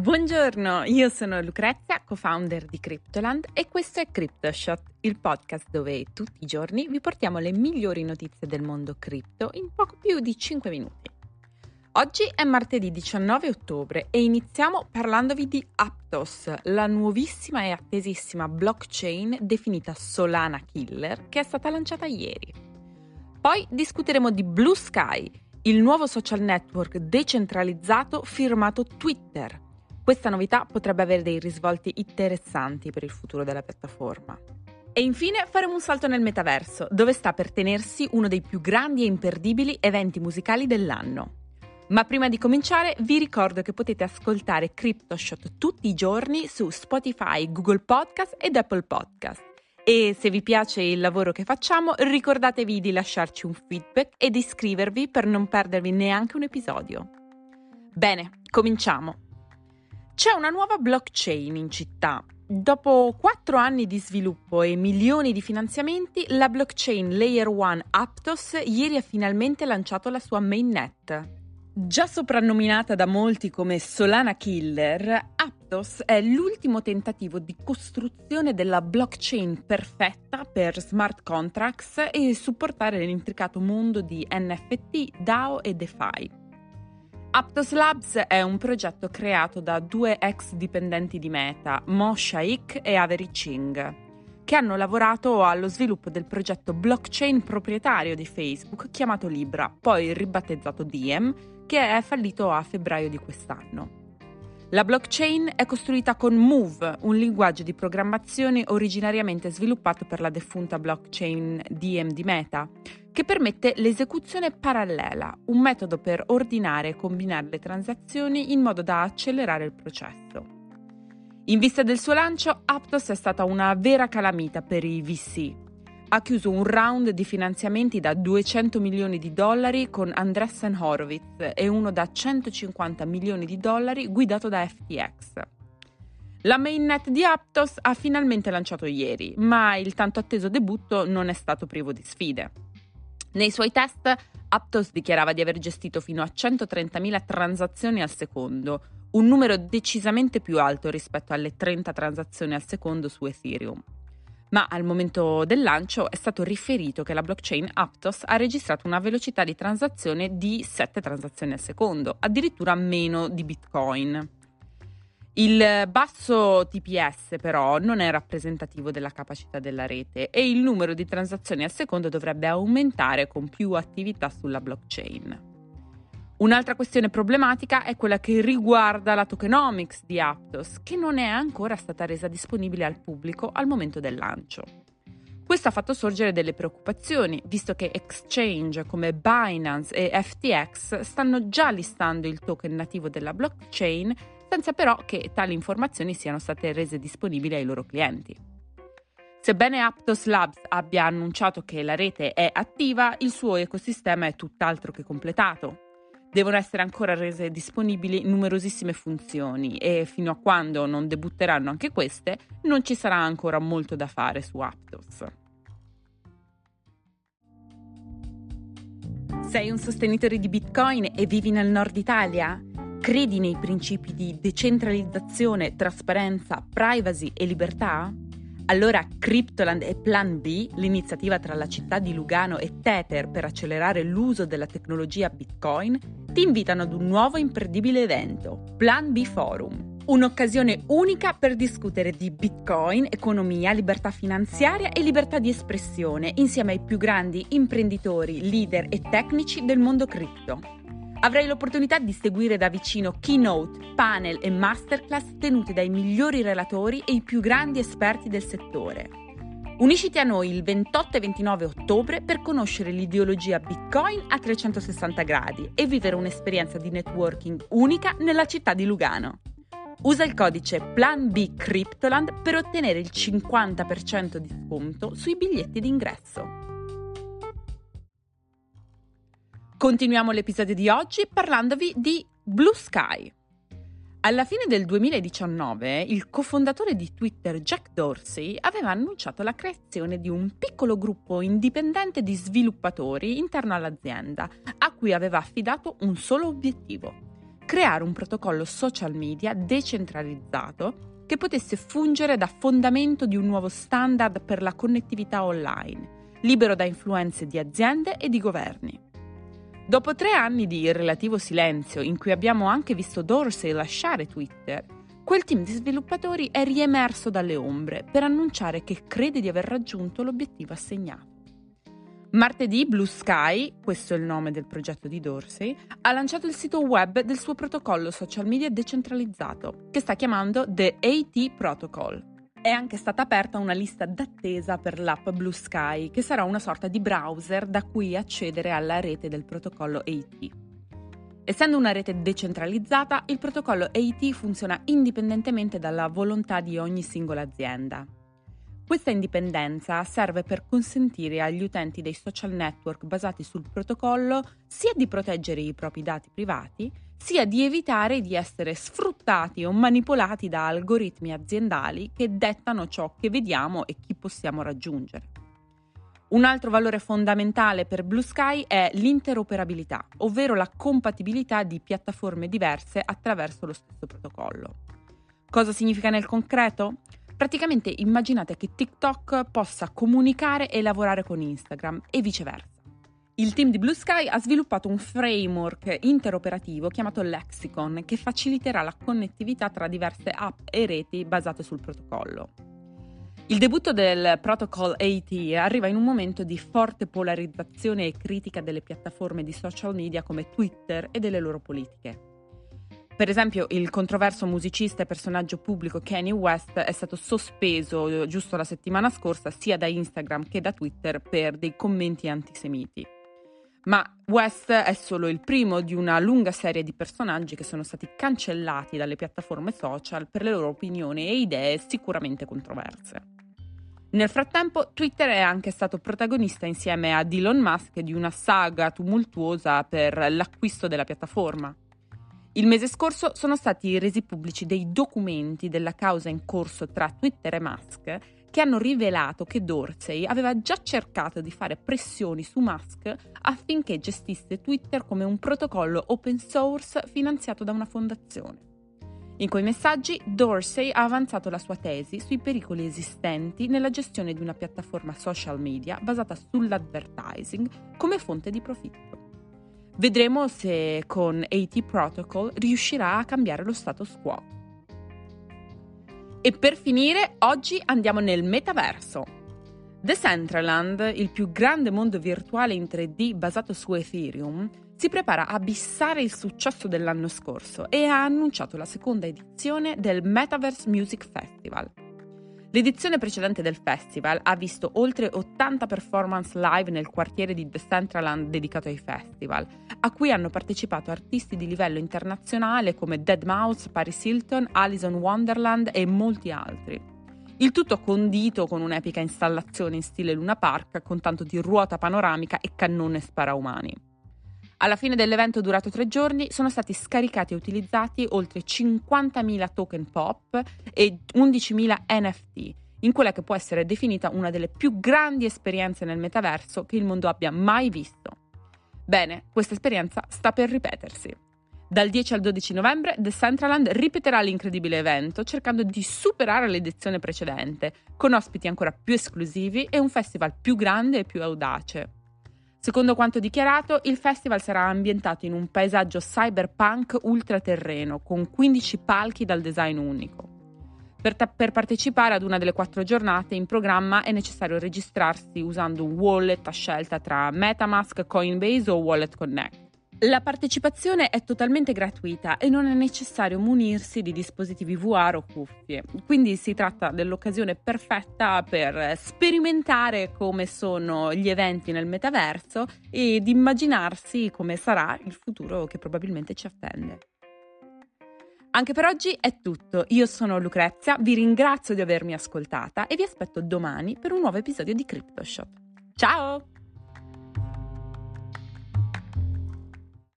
Buongiorno, io sono Lucrezia, co-founder di Cryptoland e questo è CryptoShot, il podcast dove tutti i giorni vi portiamo le migliori notizie del mondo cripto in poco più di 5 minuti. Oggi è martedì 19 ottobre e iniziamo parlandovi di Aptos, la nuovissima e attesissima blockchain definita Solana Killer che è stata lanciata ieri. Poi discuteremo di Blue Sky, il nuovo social network decentralizzato firmato Twitter. Questa novità potrebbe avere dei risvolti interessanti per il futuro della piattaforma. E infine faremo un salto nel metaverso, dove sta per tenersi uno dei più grandi e imperdibili eventi musicali dell'anno. Ma prima di cominciare vi ricordo che potete ascoltare CryptoShot tutti i giorni su Spotify, Google Podcast ed Apple Podcast. E se vi piace il lavoro che facciamo, ricordatevi di lasciarci un feedback e di iscrivervi per non perdervi neanche un episodio. Bene, cominciamo. C'è una nuova blockchain in città. Dopo 4 anni di sviluppo e milioni di finanziamenti, la blockchain Layer 1 Aptos ieri ha finalmente lanciato la sua mainnet. Già soprannominata da molti come Solana Killer, Aptos è l'ultimo tentativo di costruzione della blockchain perfetta per smart contracts e supportare l'intricato mondo di NFT, DAO e DeFi. Aptos Labs è un progetto creato da 2 ex dipendenti di Meta, Mo Shaikh e Avery Ching, che hanno lavorato allo sviluppo del progetto blockchain proprietario di Facebook chiamato Libra, poi ribattezzato Diem, che è fallito a febbraio di quest'anno. La blockchain è costruita con Move, un linguaggio di programmazione originariamente sviluppato per la defunta blockchain Diem di Meta, che permette l'esecuzione parallela, un metodo per ordinare e combinare le transazioni in modo da accelerare il processo. In vista del suo lancio, Aptos è stata una vera calamita per i VC. Ha chiuso un round di finanziamenti da $200 milioni con Andreessen Horowitz e uno da $150 milioni guidato da FTX. La mainnet di Aptos ha finalmente lanciato ieri, ma il tanto atteso debutto non è stato privo di sfide. Nei suoi test, Aptos dichiarava di aver gestito fino a 130.000 transazioni al secondo, un numero decisamente più alto rispetto alle 30 transazioni al secondo su Ethereum. Ma al momento del lancio è stato riferito che la blockchain Aptos ha registrato una velocità di transazione di 7 transazioni al secondo, addirittura meno di Bitcoin. Il basso TPS però non è rappresentativo della capacità della rete e il numero di transazioni al secondo dovrebbe aumentare con più attività sulla blockchain. Un'altra questione problematica è quella che riguarda la tokenomics di Aptos, che non è ancora stata resa disponibile al pubblico al momento del lancio. Questo ha fatto sorgere delle preoccupazioni, visto che exchange come Binance e FTX stanno già listando il token nativo della blockchain, senza però che tali informazioni siano state rese disponibili ai loro clienti. Sebbene Aptos Labs abbia annunciato che la rete è attiva, il suo ecosistema è tutt'altro che completato. Devono essere ancora rese disponibili numerosissime funzioni e fino a quando non debutteranno anche queste, non ci sarà ancora molto da fare su Aptos. Sei un sostenitore di Bitcoin e vivi nel nord Italia? Credi nei principi di decentralizzazione, trasparenza, privacy e libertà? Allora Cryptoland e Plan B, l'iniziativa tra la città di Lugano e Tether per accelerare l'uso della tecnologia Bitcoin, ti invitano ad un nuovo imperdibile evento, Plan B Forum. Un'occasione unica per discutere di Bitcoin, economia, libertà finanziaria e libertà di espressione insieme ai più grandi imprenditori, leader e tecnici del mondo cripto. Avrai l'opportunità di seguire da vicino keynote, panel e masterclass tenute dai migliori relatori e i più grandi esperti del settore. Unisciti a noi il 28 e 29 ottobre per conoscere l'ideologia Bitcoin a 360 gradi e vivere un'esperienza di networking unica nella città di Lugano. Usa il codice PLANB Cryptoland per ottenere il 50% di sconto sui biglietti d'ingresso. Continuiamo l'episodio di oggi parlandovi di Blue Sky. Alla fine del 2019, il cofondatore di Twitter, Jack Dorsey, aveva annunciato la creazione di un piccolo gruppo indipendente di sviluppatori interno all'azienda, a cui aveva affidato un solo obiettivo: creare un protocollo social media decentralizzato che potesse fungere da fondamento di un nuovo standard per la connettività online, libero da influenze di aziende e di governi. Dopo 3 anni di relativo silenzio, in cui abbiamo anche visto Dorsey lasciare Twitter, quel team di sviluppatori è riemerso dalle ombre per annunciare che crede di aver raggiunto l'obiettivo assegnato. Martedì Blue Sky, questo è il nome del progetto di Dorsey, ha lanciato il sito web del suo protocollo social media decentralizzato, che sta chiamando The AT Protocol. È anche stata aperta una lista d'attesa per l'app Blue Sky, che sarà una sorta di browser da cui accedere alla rete del protocollo AT. Essendo una rete decentralizzata, il protocollo AT funziona indipendentemente dalla volontà di ogni singola azienda. Questa indipendenza serve per consentire agli utenti dei social network basati sul protocollo sia di proteggere i propri dati privati, sia di evitare di essere sfruttati o manipolati da algoritmi aziendali che dettano ciò che vediamo e chi possiamo raggiungere. Un altro valore fondamentale per Blue Sky è l'interoperabilità, ovvero la compatibilità di piattaforme diverse attraverso lo stesso protocollo. Cosa significa nel concreto? Praticamente immaginate che TikTok possa comunicare e lavorare con Instagram e viceversa. Il team di Blue Sky ha sviluppato un framework interoperativo chiamato Lexicon che faciliterà la connettività tra diverse app e reti basate sul protocollo. Il debutto del Protocol AT arriva in un momento di forte polarizzazione e critica delle piattaforme di social media come Twitter e delle loro politiche. Per esempio, il controverso musicista e personaggio pubblico Kanye West è stato sospeso giusto la settimana scorsa sia da Instagram che da Twitter per dei commenti antisemiti. Ma West è solo il primo di una lunga serie di personaggi che sono stati cancellati dalle piattaforme social per le loro opinioni e idee sicuramente controverse. Nel frattempo, Twitter è anche stato protagonista insieme ad Elon Musk di una saga tumultuosa per l'acquisto della piattaforma. Il mese scorso sono stati resi pubblici dei documenti della causa in corso tra Twitter e Musk che hanno rivelato che Dorsey aveva già cercato di fare pressioni su Musk affinché gestisse Twitter come un protocollo open source finanziato da una fondazione. In quei messaggi Dorsey ha avanzato la sua tesi sui pericoli esistenti nella gestione di una piattaforma social media basata sull'advertising come fonte di profitto. Vedremo se con AT Protocol riuscirà a cambiare lo status quo. E per finire, oggi andiamo nel metaverso. Decentraland, il più grande mondo virtuale in 3D basato su Ethereum, si prepara a bissare il successo dell'anno scorso e ha annunciato la seconda edizione del Metaverse Music Festival. L'edizione precedente del festival ha visto oltre 80 performance live nel quartiere di Decentraland dedicato ai festival, a cui hanno partecipato artisti di livello internazionale come Deadmau5, Paris Hilton, Alice in Wonderland e molti altri. Il tutto condito con un'epica installazione in stile Luna Park con tanto di ruota panoramica e cannone sparaumani. Alla fine dell'evento durato 3 giorni sono stati scaricati e utilizzati oltre 50.000 token pop e 11.000 NFT, in quella che può essere definita una delle più grandi esperienze nel metaverso che il mondo abbia mai visto. Bene, questa esperienza sta per ripetersi. Dal 10 al 12 novembre Decentraland ripeterà l'incredibile evento cercando di superare l'edizione precedente, con ospiti ancora più esclusivi e un festival più grande e più audace. Secondo quanto dichiarato, il festival sarà ambientato in un paesaggio cyberpunk ultraterreno, con 15 palchi dal design unico. Per partecipare ad una delle 4 giornate in programma è necessario registrarsi usando un wallet a scelta tra MetaMask, Coinbase o Wallet Connect. La partecipazione è totalmente gratuita e non è necessario munirsi di dispositivi VR o cuffie, quindi si tratta dell'occasione perfetta per sperimentare come sono gli eventi nel metaverso ed immaginarsi come sarà il futuro che probabilmente ci attende. Anche per oggi è tutto, io sono Lucrezia, vi ringrazio di avermi ascoltata e vi aspetto domani per un nuovo episodio di CryptoShot. Ciao!